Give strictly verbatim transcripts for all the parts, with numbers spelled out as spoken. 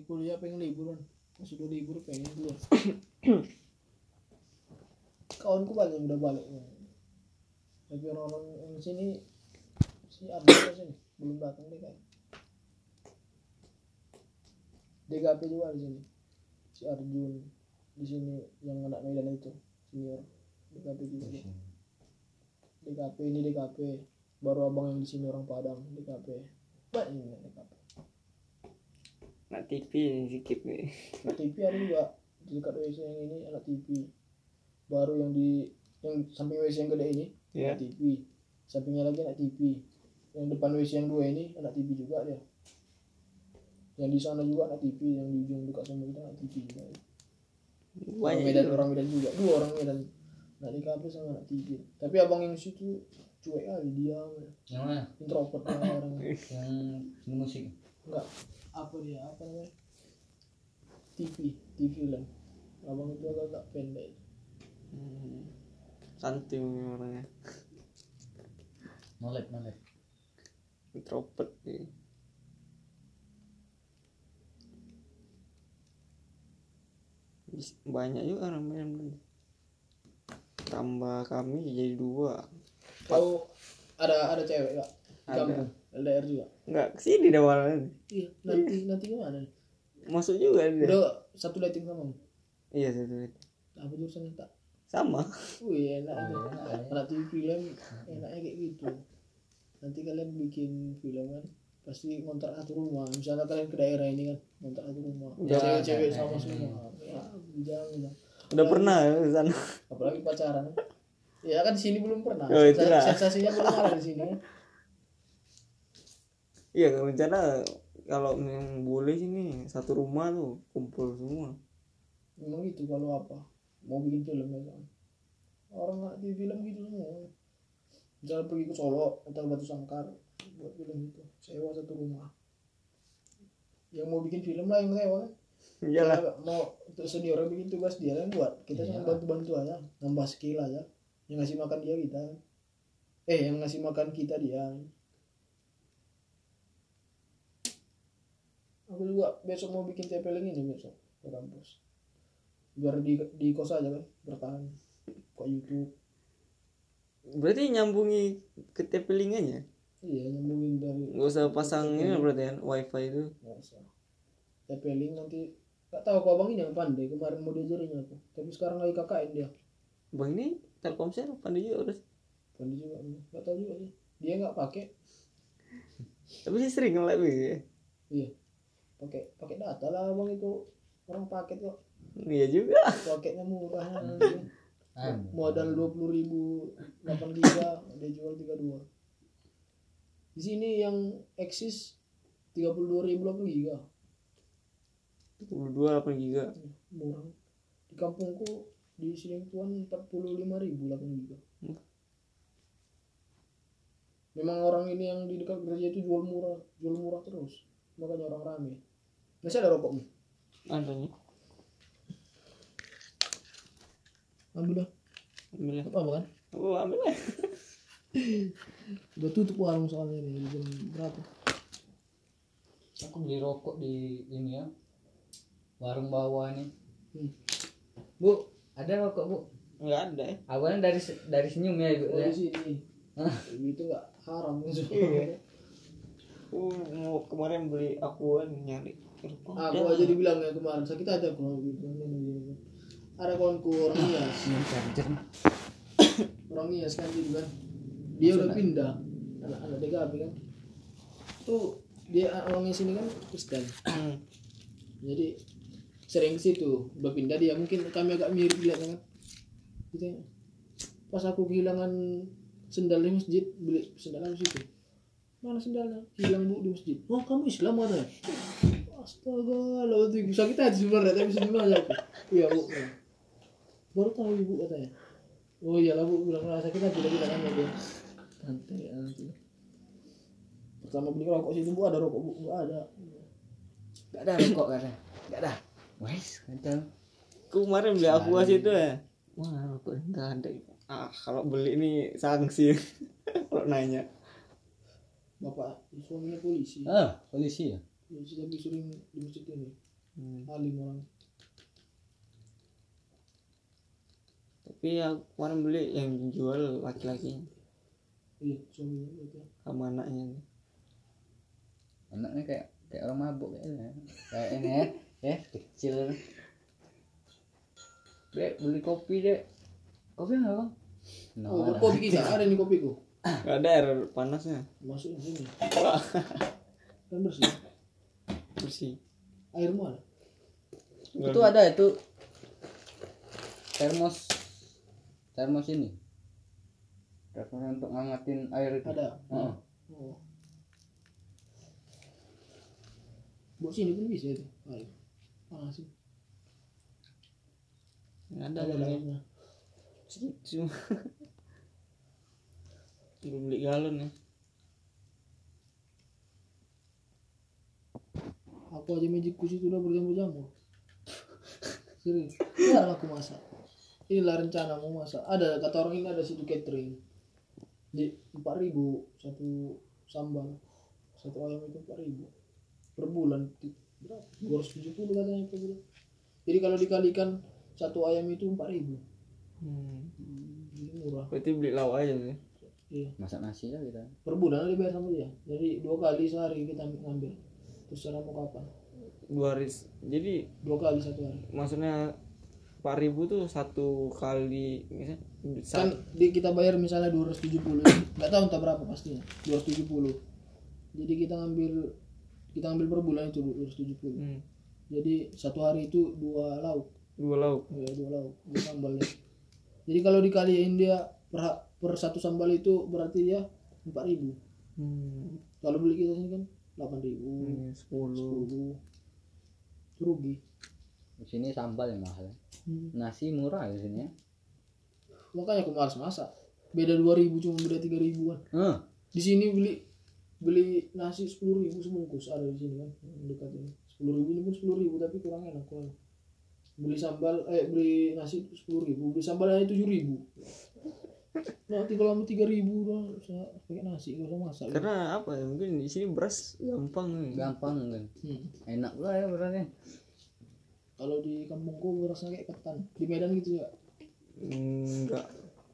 kuliah pengen liburan, masih udah libur pengen keluar. Kawanku banyak yang udah balik, tapi orang-orang yang sini si Arjun sini belum datang deh kan. D K P juga di sini, si Arjun di sini yang anak Medan itu senior D K P juga. D K P ini D K P baru abang yang di sini orang Padang D K P banyak D K P. Anak T V sedikit nih. Anak T V ada juga di dekat W C yang ini anak T V baru yang di yang samping W C yang gede ini yeah. Anak T V sampingnya lagi anak T V yang depan W C yang dua ini anak T V juga dia. Yang di sana juga anak T V yang di ujung dekat sama kita anak T V juga. Orang Medan orang Medan juga dua orang Medan anak D K P sama anak T V. Tapi abang yang situ cuek aja dia. Yang mana? Introvert orang. Yang musik. Enggak. Apa dia? Apa namanya? T V, T V film. Abang itu agak pendek. Hmm. Santai orangnya. Nolep, nolep. Introvert nih. Banyak juga orang Medan. Tambah kami jadi dua. Kau ada ada cewek enggak? Ada. L D R juga. Enggak, kesini dah awalnya. Iya, nanti iya. Nanti kemana? Masuk juga dia. Udah satu dating sama. Iya, satu dating. Apa jurusannya tak? Sama. Wih, enak aja. Anak T V film enaknya kayak gitu. Nanti kalian bikin film kan pasti ngontrak satu rumah. Misalnya kalian ke daerah ini kan ngontrak satu rumah. Ya, cewek-cewek ya, sama ya, semua. Ya, jangan ya. Udah pernah ke sana. Apalagi pacaran. Ya kan di sini belum pernah. Oh, sensasinya belum ada di sini. Iya, rencana kalau yang boleh sini satu rumah tuh kumpul semua. Memang gitu kalau apa? Mau bikin film ya kan. Orang nggak di film gitu semua. Misalnya pergi ke Solo atau Batu Sangkar buat film itu, sewa satu rumah. Yang mau bikin film lah yang sewa. Iyalah. Mau untuk senior bikin tugas dia yang buat. Kita cuma bantu-bantu aja, nambah skill aja. Yang ngasih makan dia kita. Eh, yang ngasih makan kita dia. Aku juga besok mau bikin tempeling ini besok ke kampus. Biar di di kos aja kan, bertahan. Kok YouTube. Berarti nyambungi ke tepelingannya? Iya, nyambungin dari. Gak usah pasang ini berarti kan, wifi itu. Gak usah. Tepeling nanti. Gak tahu kok abang ini yang pandai. Kemarin mau diajarin aku. Tapi sekarang lagi K K N dia. Bang ini Telkomsel pandai juga harus. Pandai juga. Gak tahu juga sih. Dia gak pakai. Tapi sih sering nge-live ya. Iya. Pakai pakai data lah abang itu. Orang paket kok. Iya juga. Paketnya murah nanti. Modal dua puluh ribu delapan giga dia jual tiga puluh dua. Di sini yang eksis tiga puluh dua ribu delapan giga. tiga puluh dua delapan giga. Murah. Di kampungku di sini tuan empat puluh lima ribu delapan giga. Hmm. Memang orang ini yang di dekat gereja itu jual murah, jual murah terus. Makanya orang rame. Masih ada rokokmu? Ada nih. Ambil lah. Ambil lah. Apa kan? Oh, ambil lah. Udah tutup warung soalnya nih jam berapa? Aku beli rokok di ini ya. Warung bawah nih. Hmm. Bu, ada rokok, Bu? Enggak ada ya. Awalnya dari dari senyum ya, Ibu. Oh, ya. Di sini. Hah? Itu enggak haram gitu. Oh, mau kemarin beli akuan nyari. Oh, aku udah. Aja dibilang ya kemarin sakit aja aku gitu. Ada kawanku orang Nias. Orang Nias kan gitu kan. Dia udah pindah. Anak-anak D K P kan. Tuh dia orangnya sini kan Kristen. Jadi sering ke situ. Udah pindah dia mungkin kami agak mirip lihatnya kan. Gitu. Pas aku kehilangan sendal di masjid, beli sendal di situ. Mana sendalnya? Hilang Bu di masjid. Oh, kamu Islam ada? Astaga, lalu tuh sakit hati sebenarnya tapi senyum aja aku. Iya, Bu. Baru tahu Ibu katanya. Oh iyalah Bu, bilang rasa kita tidak bilang kan dia. Santai nanti. Pertama beli rokok situ Bu, ada rokok Bu? Enggak ada. Enggak ada rokok kan? Enggak ada. Wes, ada. Kemarin beli aku situ ya. Wah, rokok enggak ada. Ah, kalau beli ini sanksi. Kalau nanya. Bapak suaminya polisi. Ah, polisi ya? Polisi tapi sering di masjid ini. Hmm. alim orang. Tapi aku kemarin beli yang jual laki-laki Iya suaminya itu. sama anaknya. Anaknya kayak kayak orang mabuk kayaknya. Kayak ini ya, ya kecil. Dek beli kopi dek. Kopi nggak bang? No, Oh kopi kita ada nih kopiku. Gak ada air panasnya. Masukin sini. Wah, Kan bersih. bersih. Airmu ada. itu ada itu termos termos ini. Termos untuk ngangetin air itu. Ada. Heeh. Oh. Buat sini pun bisa itu. Air. Panasin. Nggak ada Ada lagi. lainnya. Cuma belum beli galon ya. Aku aja magicku situ udah berjamur-jamur. Serius. Jarang aku masak. Inilah rencana mau masak. Ada kata orang ini ada situ catering. Di empat ribu satu sambal. Satu ayam itu empat ribu per bulan. Berapa? dua ratus tujuh puluh katanya per bulan. Jadi kalau dikalikan satu ayam itu empat ribu. Hmm. Jadi murah. Berarti beli lauk aja sih. Iya. Masak nasi lah kita. Per bulan dibayar sama dia. Jadi dua kali sehari kita ngambil. Terserah mau kapan. Dua hari. Jadi Dua kali satu hari. maksudnya empat ribu tuh satu kali misalnya Kan di, kita bayar misalnya dua ratus tujuh puluh. Enggak tahu entah berapa pastinya. dua ratus tujuh puluh. Jadi kita ngambil kita ngambil per bulan itu dua ratus tujuh puluh. hmm, Jadi satu hari itu dua lauk. dua lauk. Ya, dua lauk, dua sambal. Jadi kalau dikaliin dia per, per satu sambal itu berarti dia empat ribu. Hmm. Kalau beli kita sini kan delapan ribu, Hmm, sepuluh. sepuluh. Rugi. Di sini sambal yang mahal. Hmm. Nasi murah di sini ya. Makanya aku malas masak. Beda dua ribu cuma beda tiga ribuan. Heeh. Di sini beli beli nasi sepuluh ribu sebungkus ada di sini kan yang dekat ini. Sepuluh ribu ini pun sepuluh ribu tapi kurang enak kurang. Beli sambal eh beli nasi sepuluh ribu, beli sambal aja tujuh ribu. Nah, tinggal lama tiga ribu udah saya pakai nasi gak usah masak. Karena apa ya, mungkin di sini beras gampang nih. Gampang kan. Hmm. Enak lah ya berarti. Kalau di kampungku rasanya kayak ketan. Di Medan gitu ya. Enggak.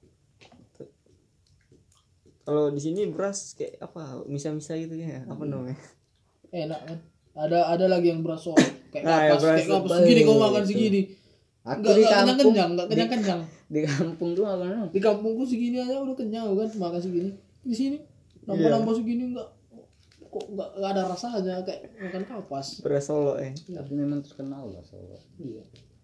Kalau di sini beras kayak apa? Misa-misa gitu ya. Apa namanya? Enak kan. Ada ada lagi yang beras solo kayak Nah, ya, kapas, beras kayak kapas solo. segini kau makan Itu. segini. Aku Enggak di enggak kampung kenyang-kenyang, enggak kenyang-kenyang. di kampung tuh apa namanya? Di kampungku segini aja udah kenyang kan makan segini. Di sini nambah-nambah segini enggak kok enggak, enggak ada rasanya kayak makan kapas. Beras Solo ya. Tapi memang terkenal lah Solo. Iya.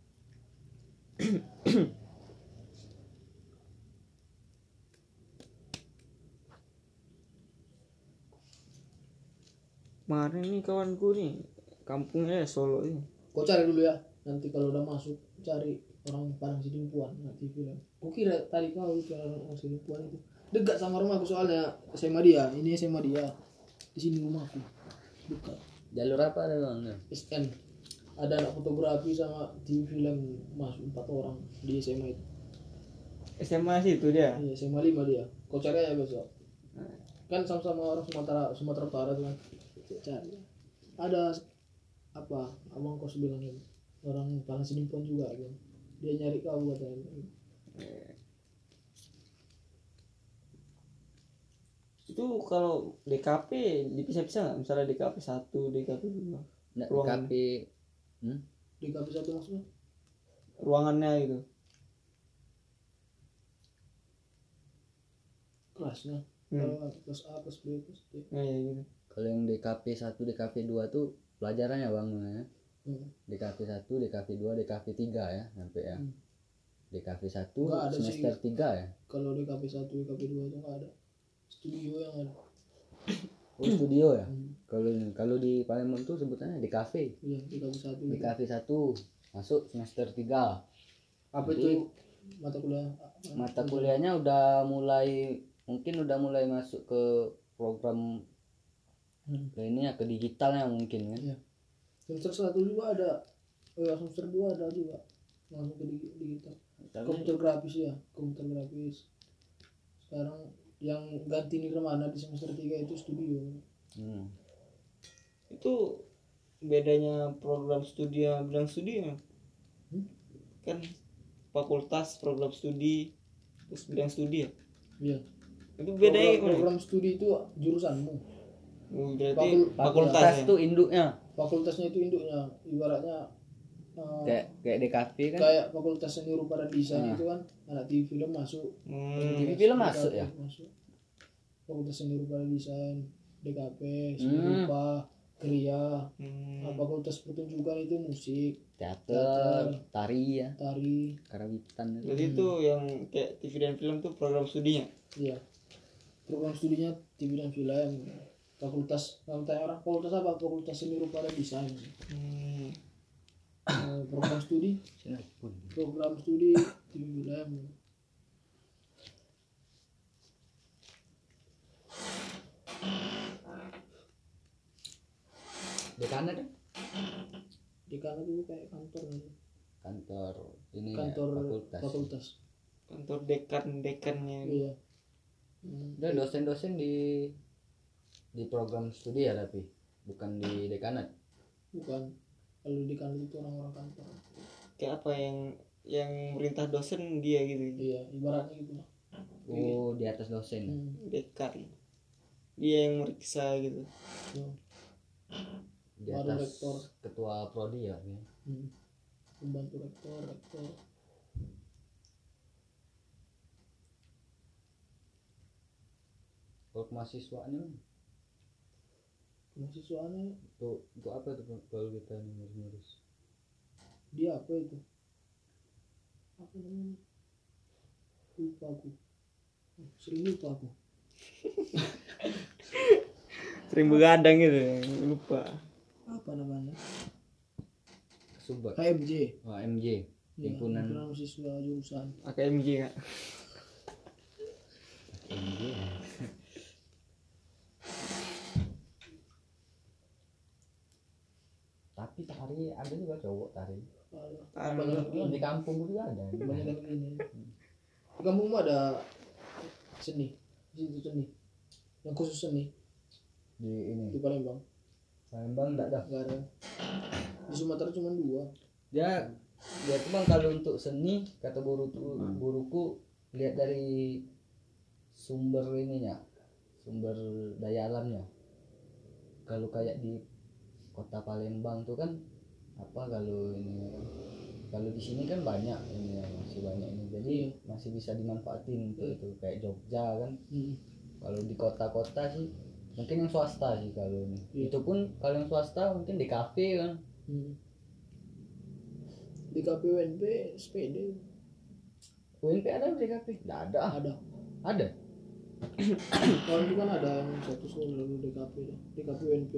Kemarin nih kawanku nih, kampungnya Solo ini. Kau cari dulu ya. Nanti kalau udah masuk cari orang Padang Sidimpuan nanti bilang. Kau kira tadi kau itu orang Sidimpuan itu dekat sama rumahku soalnya S M A dia. Ini S M A dia. Di sini rumahku. Dekat. Jalur apa ada bang? S N. Ada anak fotografi sama tim film masuk empat orang di S M A itu. S M A situ dia. Iya, S M A lima dia. Kau cari aja besok. Kan sama-sama orang Sumatera Sumatera Utara tuh kan. Cari. Ada apa? Abang kos bilang itu. Orang Padang Sidimpuan juga kan. Dia nyari kau katanya. Itu kalau D K P dipisah-pisah nggak? Misalnya D K P satu, D K P dua. Nggak di Ruangan. K P. Hmm? Di K P satu maksudnya? Ruangannya gitu. Kelasnya. Hmm. Kalau kelas A, kelas B, kelas C. Nah, ya gitu. Kalau yang D K P satu, D K P dua tuh pelajarannya bang ya. Hmm. D K P satu, D K P dua, D K P tiga ya sampai ya. Hmm. D K P satu Nggak ada semester sih. tiga ya. Kalau di K P satu, di K P dua itu nggak ada. Studio yang ada. Oh studio ya. Hmm. Kalau kalau di Palembang tuh sebutannya D K V. Iya, di K P satu. D K V satu masuk semester tiga. Apa Jadi, itu mata kuliah? Mata kuliahnya udah mulai mungkin udah mulai masuk ke program Hmm. ini ya, ke digitalnya mungkin kan. Iya. Semester satu juga ada. Eh, semester dua ada juga. Langsung ke digi- digital. Tapi Komputer grafis ya, komputer grafis. Sekarang yang ganti Nirmana di semester tiga itu studio. hmm. Itu bedanya program studi sama bidang studi ya? Hmm? Kan fakultas program studi terus bidang studi ya? Iya. Itu bedanya program, gimana? program studi itu jurusanmu. Oh, berarti Fakul- fakultas Fakultas ya? tuh induknya Fakultasnya itu induknya, ibaratnya eh, kayak kayak D K V kan. kayak fakultas seni rupa dan desain Ah. itu kan anak T V film masuk. Hmm. T V film D K P masuk ya? Masuk. Fakultas seni rupa dan desain, D K P, seni Hmm. rupa, Kria. Hmm. Nah, fakultas pertunjukan itu musik, Teater, Teater. tari ya, tari, karawitan. Berarti itu yang kayak T V dan film tuh program studinya? iya. Program studinya T V dan film. Fakultas, kalau tanya orang fakultas apa? Fakultas seni rupa dan desain. Hmm. Eh, program studi, Sinapun. program studi T V film. Di kanan deh. Di kanan itu kayak kantor gitu. Kantor ini ya, Kantor fakultas. fakultas. Kantor dekan-dekannya. Iya. Hmm. Dan dosen-dosen di di program studi ya tapi bukan di dekanat. Bukan. Kalau di kanan itu orang-orang kantor. Kayak apa yang yang merintah dosen dia gitu. Iya, ibaratnya gitu lah. Oh, di atas dosen. Hmm. Dekan. Dia yang meriksa gitu. Iya. Di Baru atas rektor. ketua prodi ya. Ya. Hmm. Pembantu rektor, rektor. Kalau mahasiswanya Mahasiswanya untuk untuk apa tuh kalau kita ngurus-ngurus? dia apa itu? Apa namanya? Lupa aku. Sering lupa aku. Sering begadang gitu, lupa. Apa namanya? Subak. K M J. Oh, M J. Ya, Himpunan himpunan mahasiswa jurusan. A K M J Kak. M J. Tapi tari ada juga cowok tari. Alah, Ah, banyak Di ini. kampung juga ada. Banyak yang ini. Di kampungmu ada seni. Di situ seni. Yang khusus seni Di ini di Palembang. Palembang enggak ada. Enggak ada. Di Sumatera cuma dua. Dia dia tuh bang kalau untuk seni kata guruku guruku lihat dari sumber ininya, sumber daya alamnya. Kalau kayak di kota Palembang tuh kan apa kalau ini kalau di sini kan banyak ini masih banyak ini jadi Iya. masih bisa dimanfaatin untuk itu kayak Jogja kan. Hmm. Kalau di kota-kota sih mungkin yang swasta sih kalau ini. Iya. Itu pun kalau yang swasta mungkin di kafe kan. Hmm. Di K P U N P S P D U N P ada di kafe? Enggak ada. ada. Ada. Kalau itu kan ada yang satu sekolah dulu di K P di K P U N P.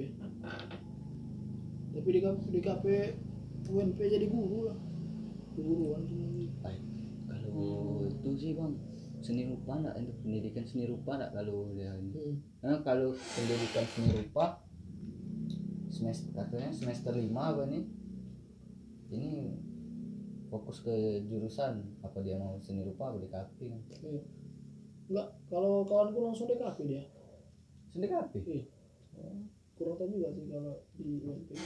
Tapi di K P di K P U N P jadi guru lah. Guruan cuma gitu. Ay, kalau itu sih bang seni rupa enggak untuk pendidikan seni rupa enggak kalau dia ini. Hmm. Nah, kalau pendidikan seni rupa semester katanya semester lima apa nih? Ini fokus ke jurusan apa dia mau seni rupa apa di kafe kan? Iya. Enggak, kalau kawanku langsung di K P dia. Seni kafe. Iya. Kurang tahu juga sih kalau di U N P.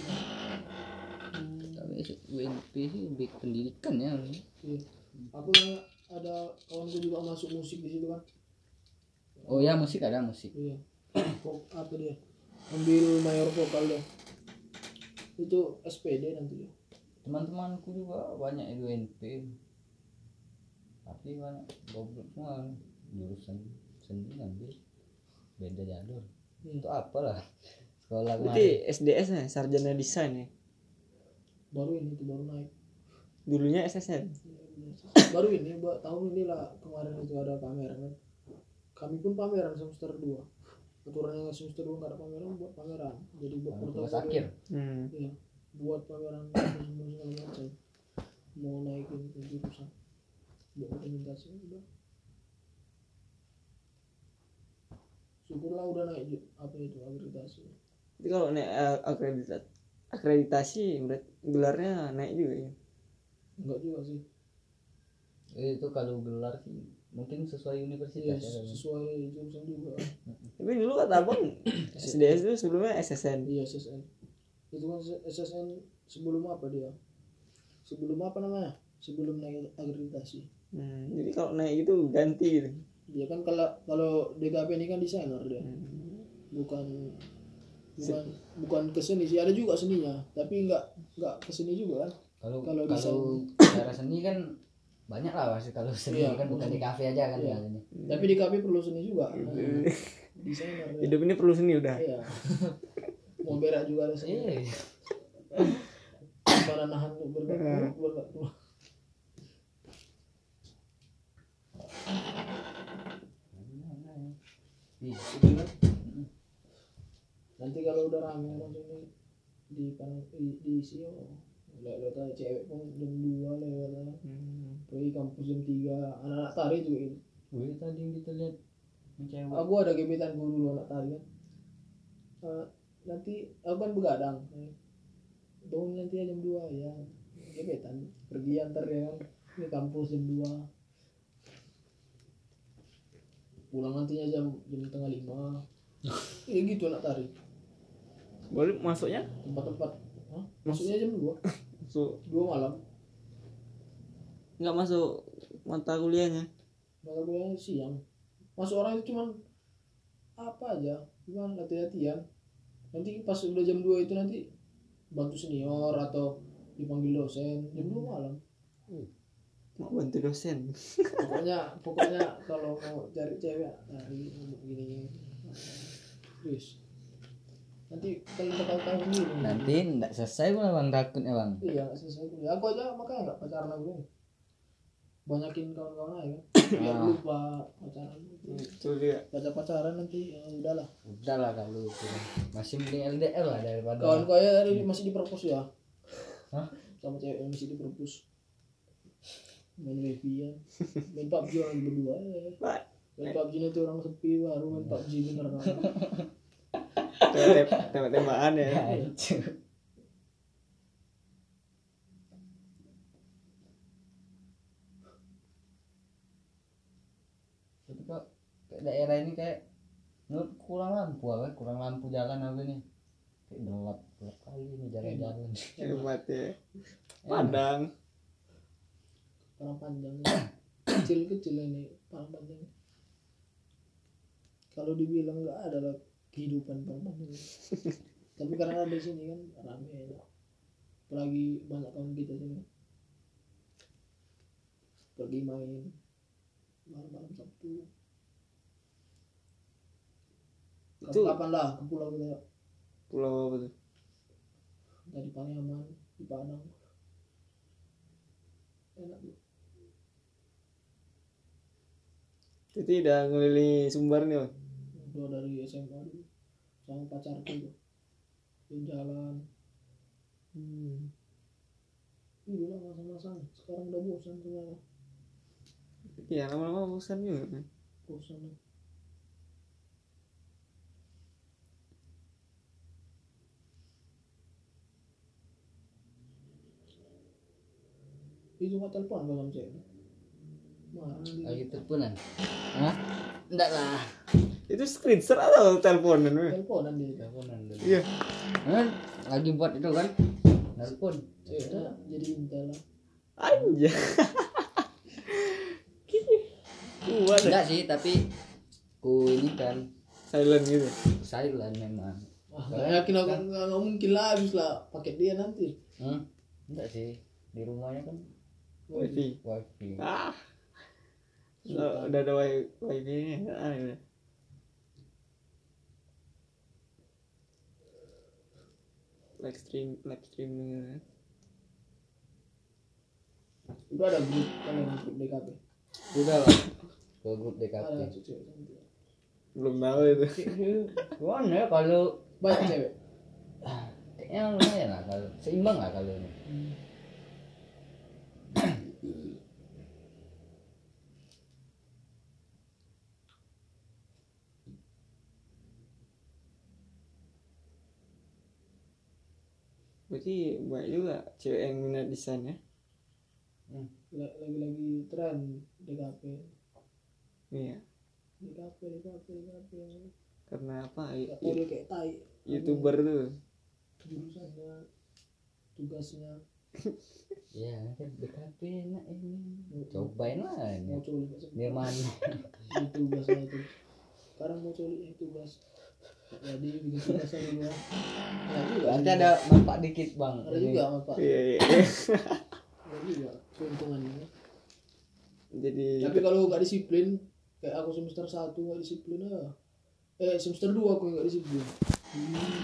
Tapi U N P sih lebih ke pendidikan ya. Iya. Aku ada kawanku juga masuk musik di situ kan. Oh ya musik ada musik. Iya. Kok apa dia? Ambil mayor vokal dia. Itu S P D nanti dia. Teman-temanku juga banyak U N P. Tapi banyak goblok semua jurusan seni ngambil beda jalur. Hmm. Itu apalah sekolah kemarin. Berarti S D S nya sarjana desain ya. Baru ini itu baru naik. Dulunya S S N. Baru ini buat tahun ini lah kemarin itu ada pameran kan. Kami pun pameran semester dua. Aturannya semester dua nggak ada pameran buat pameran. Jadi buat tugas portofolio. akhir. Hmm. Iya. Buat pameran semua segala macam. Mau naikin ke jurusan. Buat dokumentasi udah. Syukurlah udah naik ju- apa itu akreditasi. Jadi kalau naik eh, akreditasi akreditasi berarti gelarnya naik juga ya. Enggak juga sih. Itu kalau gelar sih mungkin sesuai Iya, universitas ya. sesuai jurusan juga. Tapi dulu kata abang S D S itu sebelumnya S S N. Iya, S S N. Itu kan S S N sebelum apa dia? Sebelum apa namanya? Sebelum naik akreditasi. Hmm, jadi kalau naik itu ganti gitu. Dia kan kalau kalau D K P ini kan desainer dia. Hmm. Bukan bukan bukan ke seni sih, ada juga seninya, tapi enggak enggak ke seni juga kan. Kalau Kalau kalau desain. cara seni kan banyak lah pasti. Kalau seni Iya, kan bukan di kafe aja kan iya. ya ini. Tapi di K P perlu seni juga. Nah, desainer dia. Hidup ini perlu seni udah. Iya. Mau berak juga ada seni. Iya. Mana nahan bergerak bergerak keluar. Ih, Nanti kalau udah rame langsung nih di pan di, di isi oh lihat-lihat aja cewek pun jam dua lewat lah. Hmm. Pergi kampus jam tiga, anak-anak tari juga itu. Wih, tadi yang kita lihat yang cewek. Aku ada gebetan guru dulu anak tari kan. Eh, nanti aku kan begadang. Eh, bangun nanti ya jam dua ya. Gebetan pergi antar ya kan ke kampus jam dua. Pulang nantinya jam jam tengah lima. Ya gitu anak tari. Boleh masuknya? Tempat-tempat. Hah? Masuknya jam dua. Masuk dua malam. nggak masuk mata kuliahnya? Mata kuliahnya siang. Masuk orang itu cuman apa aja, cuman latihan-latihan. Nanti pas udah jam dua itu nanti bantu senior atau dipanggil dosen jam dua malam. Mau bantu dosen. Pokoknya pokoknya kalau mau cari cewek dari gini terus nanti kalau bakal tahu sendiri. Nanti enggak selesai pun bang, takutnya bang. Iya nggak selesai kuliah. Aku aja makanya nggak pacaran aku ini. Banyakin kawan-kawan aja kan. Biar Ah. lupa pacaran. Itu dia. Baca pacaran nanti ya udahlah. Udahlah kalau itu masih mending L D R lah daripada. Kawan kau ya tadi masih dipropos ya. Hah? Sama cewek yang masih dipropos. Main wifi ya. Main P U B G orang berdua ya. Main P U B G nanti orang sepi baru main P U B G bener kan. Tembak-tembakan ya. Hancur. Tapi kok kayak daerah ini kayak menurut kurang lampu apa? Kurang lampu jalan apa nih? Kayak gelap gelap kali nih jalan-jalan. Hebat ya. Padang. Parang panjang. Kecil-kecil ini parang panjang. Kalau dibilang nggak ada lah kehidupan parang panjang. Tapi karena ada di sini kan rame ya. Apalagi banyak kawan kita sini. Pergi main malam-malam Sabtu. Itu Kapan lah ke pulau kita pulau apa tuh? dari Paniaman di Padang. Enak tuh. Itu udah ngelilingi Sumbar nih, Bang. Udah dari S M A dulu sama pacarku tuh jalan. Hmm. Dulu lah masa-masa sekarang udah bosan ternyata. Iya, lama-lama bosan juga kan. Bosan lah. Itu nggak telepon kalau sama cewek. Marah dia. Lagi teleponan. Hah? Enggak lah. Itu screenshot atau teleponan? Bang? Teleponan dia. Teleponan dulu. Iya. Hah? Lagi buat itu kan? Telepon. Ceweknya jadi intel lah. Anjay. Kuat deh. Enggak sih, tapi ku ini kan Silent gitu. silent memang. Wah, nggak yakin aku nggak nggak mungkin lah habis lah paket dia nanti. Hmm? Enggak sih. Di rumahnya kan Wifi. wifi. Ah. Udah, udah ada wi- wifi-nya. Ah, udah. Live stream, live streaming. Udah ada grup kan yang grup D K P. Udah lah. Ke grup D K P. Ada tuh cewek cantik. Belum tahu itu. Gimana ya kalau Banyak cewek. kayaknya lumayan lah kalau seimbang lah kalau ini. Berarti banyak juga cewek yang minat desain ya. Hmm. La- Lagi-lagi tren D K P. Iya. D K P, D K P, D K P. Karena apa? Atau dia kayak tai. YouTuber tuh. jurusannya, tugasnya. Ya kan B K P enak ini. Cobain lah ini. Mau coba sih. Nirman. Di tugasnya itu. Sekarang mau coba ya tugas. Jadi bikin tugas sama gua. Nah, juga Berarti ada manfaat dikit bang. ada Ini juga Pak. Iya, iya. Ada juga keuntungannya. Jadi Tapi kalau nggak disiplin, kayak aku semester satu nggak disiplin ah. Eh semester dua aku nggak disiplin. Hmm.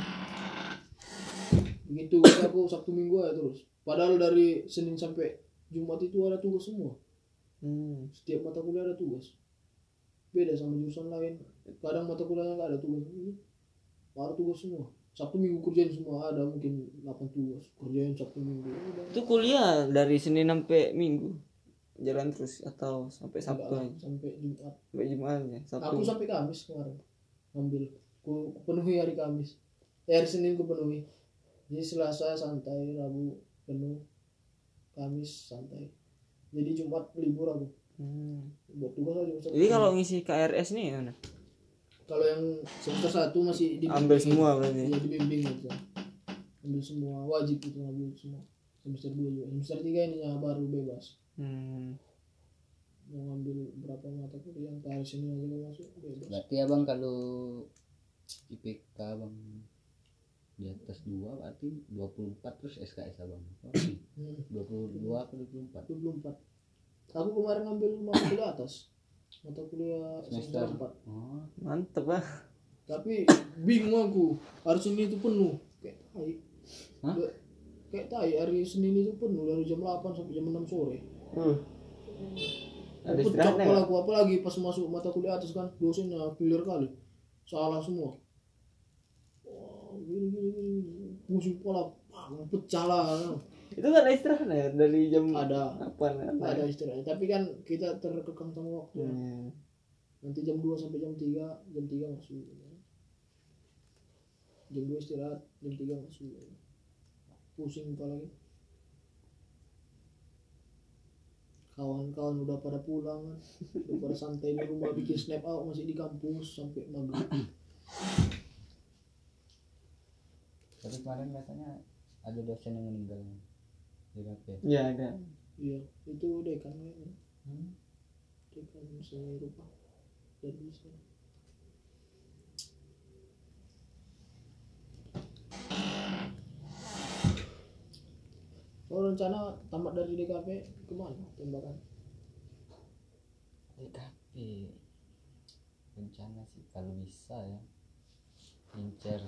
Begitu aku Sabtu Minggu ya terus. Padahal dari Senin sampai Jumat itu ada tugas semua. hmm. Setiap mata kuliah ada tugas. Beda sama jurusan lain. Kadang mata kuliahnya nggak ada tugas. Ini ada tugas semua. Sabtu Minggu kerjain semua, ada mungkin delapan tugas. Kerjain Sabtu Minggu. Udah. Itu kuliah dari Senin sampai Minggu jalan terus atau sampai Sabtu Enggak, aja? sampai Jumat. Sampai Jumat ya, Sabtu. Aku sampai Kamis kemarin ngambil. Ku ku penuhi hari Kamis. Eh, hari Senin ku penuhi. Jadi Selasa santai, Rabu penuh, Kamis santai. Jadi Jumat libur aku. Hmm. Buat tugas aja. Ustaz. Jadi kalau ngisi K R S nih gimana? Kalau yang semester satu masih dibimbing. Ambil semua berarti. Iya dibimbing gitu. Ambil semua, wajib itu ngambil semua. Semester dua juga. Semester tiga ini yang baru bebas. Hmm. Mau ngambil berapa mata kuliah yang K R S ini aja mau masuk bebas. berarti abang kalau I P K abang di atas dua berarti dua puluh empat terus S K S abang. Hmm. dua puluh dua atau dua puluh empat? dua puluh empat. Aku kemarin ngambil mata kuliah atas. Mata kuliah semester Semester. empat. Oh, Mantep ah. Tapi bingung aku. Hari Senin itu penuh. Kayak tai. Hah? Kayak- Kayak tai hari Senin itu penuh dari jam delapan sampai jam enam sore. Uh. Ada Pecah istirahatnya kepala nggak? aku apalagi pas masuk mata kuliah atas kan dosennya clear kali. Salah semua. Wah, gini gini gini. Pusing kepala, pang, pecah lah. Itu kan ada istirahat ya dari jam Ada. apa? Ada istirahat. Tapi kan kita terkekang sama waktu. Hmm. Nanti jam dua sampai jam tiga, jam tiga masuk. Jam dua istirahat, jam tiga masuk. Pusing kepala lagi. Kawan-kawan udah pada pulang kan. Udah pada santai di rumah bikin snap out masih di kampus sampai maghrib. tapi kemarin katanya ada dosen yang meninggal di K P. Ya ada. Iya, itu dekan kayaknya. Hmm? Dekan seni rupa. Dan bisa. Oh rencana tamat dari D K P kemana tembakan? D K P rencana sih kalau bisa ya incer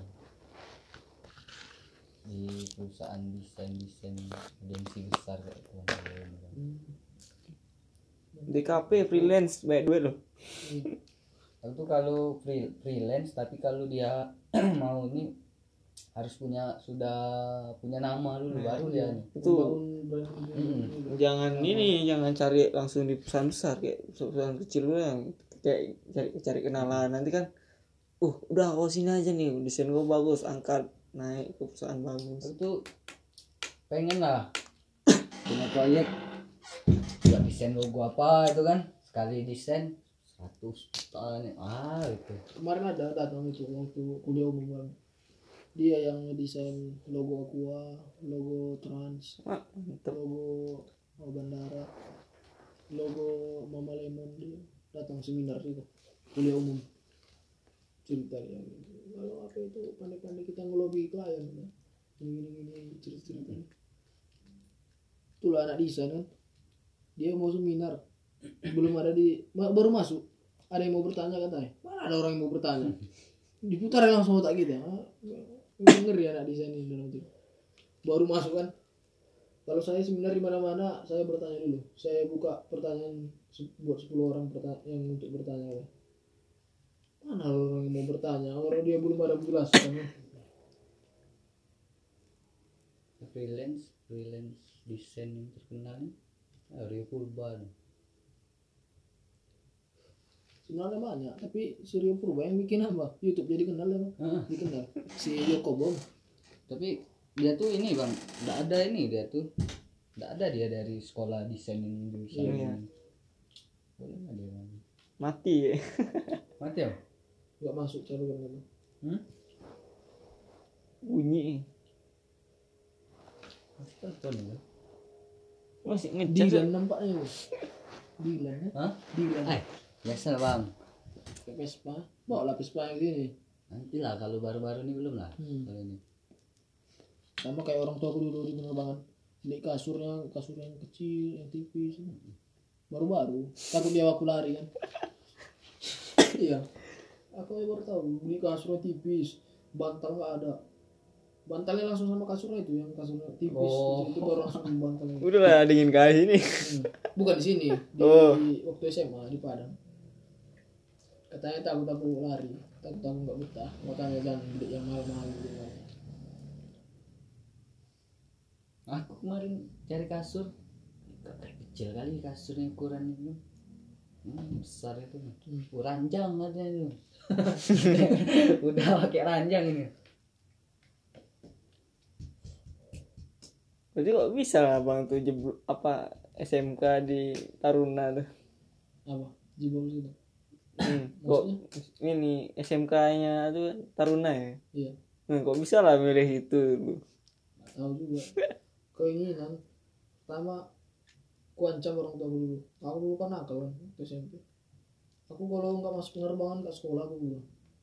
di perusahaan desain desain agensi besar kayak itu. Hmm. D K P freelance banyak duit loh. Hmm. Itu kalau free, freelance tapi kalau dia mau ini harus punya sudah punya nama dulu baru dia nih. Itu Membangun brand Hmm. juga. jangan ini jangan cari langsung di perusahaan besar kayak perusahaan kecil dulu yang kayak cari cari kenalan nanti kan uh udah kau sini aja nih desain gua bagus angkat naik ke perusahaan bagus. Itu pengen lah punya proyek buat desain logo apa itu kan sekali desain seratus juta nih ah itu. Kemarin ada datang itu waktu kuliah umum kan. Dia yang ngedesain logo Aqua, logo Trans, Ah, mantep. logo oh, bandara, logo Mama Lemon. Dia datang seminar itu kuliah umum. Cerita dia gitu. Kalau apa itu pandai-pandai kita ngelobi klien kan. Gini gini gini cerita-cerita. Itulah anak desain kan. Dia mau seminar. Belum ada di ma- baru masuk. Ada yang mau bertanya katanya. Mana ada orang yang mau bertanya? Diputar langsung otak kita. Ah, ngeri anak desain ini dalam itu. Baru masuk kan. Kalau saya seminar di mana-mana, saya bertanya dulu. Saya buka pertanyaan se- buat sepuluh orang pertanya- yang untuk bertanya. Ya. Mana orang yang mau bertanya? Orang dia belum ada menjelaskan. Freelance freelance desain yang terkenal nih ah, Rio Purba nih. Sebenarnya banyak, tapi si Rio Purba yang bikin apa? YouTube jadi kenal ya, Bang? Ah, Dikenal. Si Yoko Bom. tapi dia tuh ini bang nggak ada ini dia tuh nggak ada dia dari sekolah desain ini jurusan Iya. ini. Boleh nggak dia bang? Mati ya. Mati ya? Gak masuk cara kan. Hmm? Bunyi Tonton ya. Masih ngejar. Dilan nampaknya lu. Dilan ya. Hah? Dilan. Eh, biasa lah bang. Kayak Vespa. Bawa lah Vespa yang gini. Nanti lah kalau baru-baru ini belum lah. Hmm. Kalau ini. Sama kayak orang tua aku dulu di penerbangan. Beli kasurnya, kasur yang kecil, yang tipis. Baru-baru. Takut dia aku lari kan. Iya. Aku baru tahu beli kasurnya tipis, bantal nggak ada. Bantalnya langsung sama kasurnya itu, yang kasurnya tipis. Oh. Itu baru langsung bantalnya. Udah lah dingin kali ini. Hmm. Bukan di sini, di, Oh. di waktu S M A di Padang. Katanya takut aku lari, takut aku nggak betah, makanya jangan beli yang mahal-mahal gitu. Aku kemarin cari kasur, kecil kali kasurnya ukuran itu. Hmm, besar itu. Hmm. Oh, ranjang ada itu. Udah pakai ranjang ini. Berarti kok bisa lah bang tuh jebul apa S M K di Taruna tuh. Apa? Jibol gitu. Hmm, kok ini S M K-nya tuh kan Taruna ya. Iya. Hmm, kok bisa lah milih itu dulu. Nggak tahu juga. Keinginan. Pertama, kuancam orang tua aku dulu. Aku dulu kan nakal kan, waktu S M P. Aku kalau nggak masuk penerbangan ke sekolah aku bilang.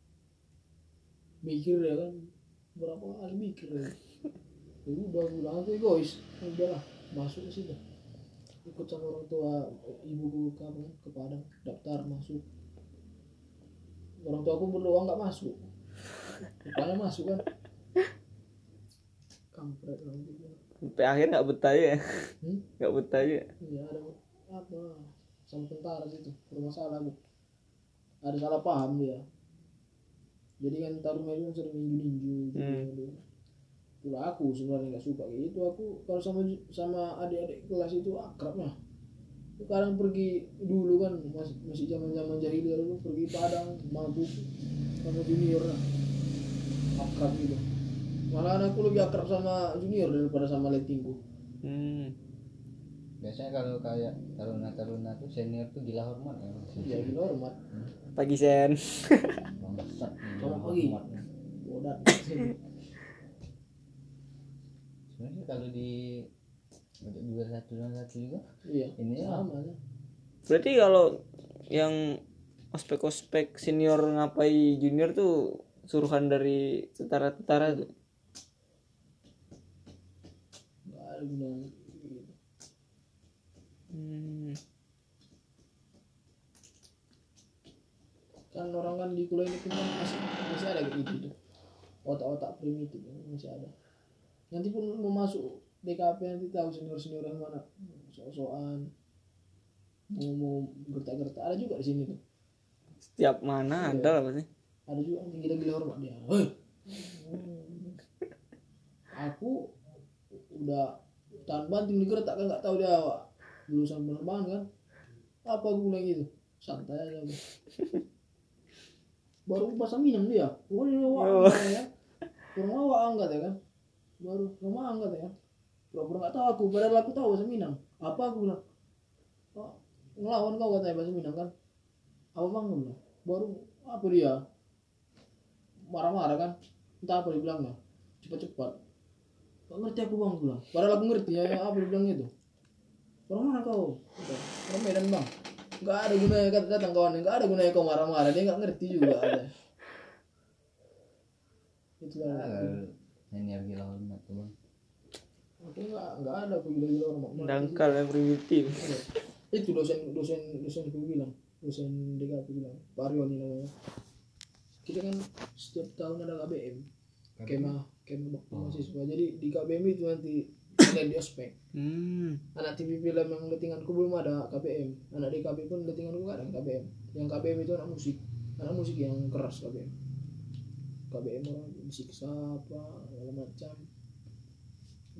Mikir ya kan, berapa kali mikir ya. Ya udah aku bilang aku egois. Ya udahlah, masuk ke situ. Ikut sama orang tua ibuku ke apa, ke Padang, daftar masuk. Orang tua aku berdoa nggak masuk. Rupanya masuk kan. Kampret orang tua. Sampai akhir nggak betah ya. Hmm? Nggak betah ya. Iya ada apa sama tentara situ bermasalah bu. Ada salah paham dia. Jadi kan Taruna itu sering ninju-ninju gitu. Hmm. Pula aku sebenarnya nggak suka kayak gitu. Aku kalau sama sama adik-adik kelas itu akrabnya. Sekarang pergi dulu kan masih masih zaman-zaman jahiliyah dulu pergi Padang mabuk sama junior lah. Akrab gitu. Malah aku lebih akrab sama junior daripada sama letingku. Hmm. Biasanya kalau kayak taruna-taruna tuh senior tuh gila hormat ya. Ya gila hormat. Pagi Sen. Bangsat. Selamat pagi. Bodat. Sebenarnya kalau di untuk dua satu dan satu juga Iya. ini Sama ya. Berarti kalau yang ospek-ospek senior ngapai junior tuh suruhan dari tentara-tentara tuh. Nggak ada gunanya gitu. Hmm. Kan orang kan di kuliah ini kan masih masih ada kayak gitu tuh. Otak-otak primitif masih ada. Nanti pun mau masuk D K P nanti tahu senior-senior yang mana sok-sokan mau mau gertak-gertak ada juga di sini tuh. Setiap mana Iya. ada lah pasti. Ada juga yang gila-gila hormat dia. Hei. Aku udah tahan banting digertak kan nggak tahu dia lulusan penerbangan kan. Apa aku bilang gitu? Santai aja aku. Baru pasang minum dia. Oh, ini Yo. awak angkat ya. Kurang awak angkat ya kan. Baru rumah angkat ya. Pura-pura nggak tahu aku. Padahal aku tahu bahasa Minang. Apa aku bilang? Oh, ngelawan kau katanya bahasa Minang kan. Apa bang aku bilang? Baru apa dia? Marah-marah kan. Entah apa dibilangnya. Cepat-cepat. Gak ngerti aku bang aku bilang. Padahal aku ngerti ya apa dibilangnya itu. Orang mana kau? Orang Medan bang. Gak ada gunanya kata datang kawan. Gak ada gunanya kau marah-marah. Dia gak ngerti juga ada. Itulah. senior gila hormat tuh bang. Aku nggak nggak ada aku gila-gila orang mak- Dangkal yang primitif. Iya. Itu dosen dosen dosen aku bilang, dosen D K P bilang, Pak Aryo ini namanya. Kita kan setiap tahun ada K B M, kemah kemah bakti mahasiswa. Jadi di K B M itu nanti selain di ospek, Hmm. anak T V film yang letinganku belum ada K B M, anak D K P pun letinganku nggak ada K B M. Yang K B M itu anak musik, anak musik yang keras K B M. K B M orang disiksa apa segala macam.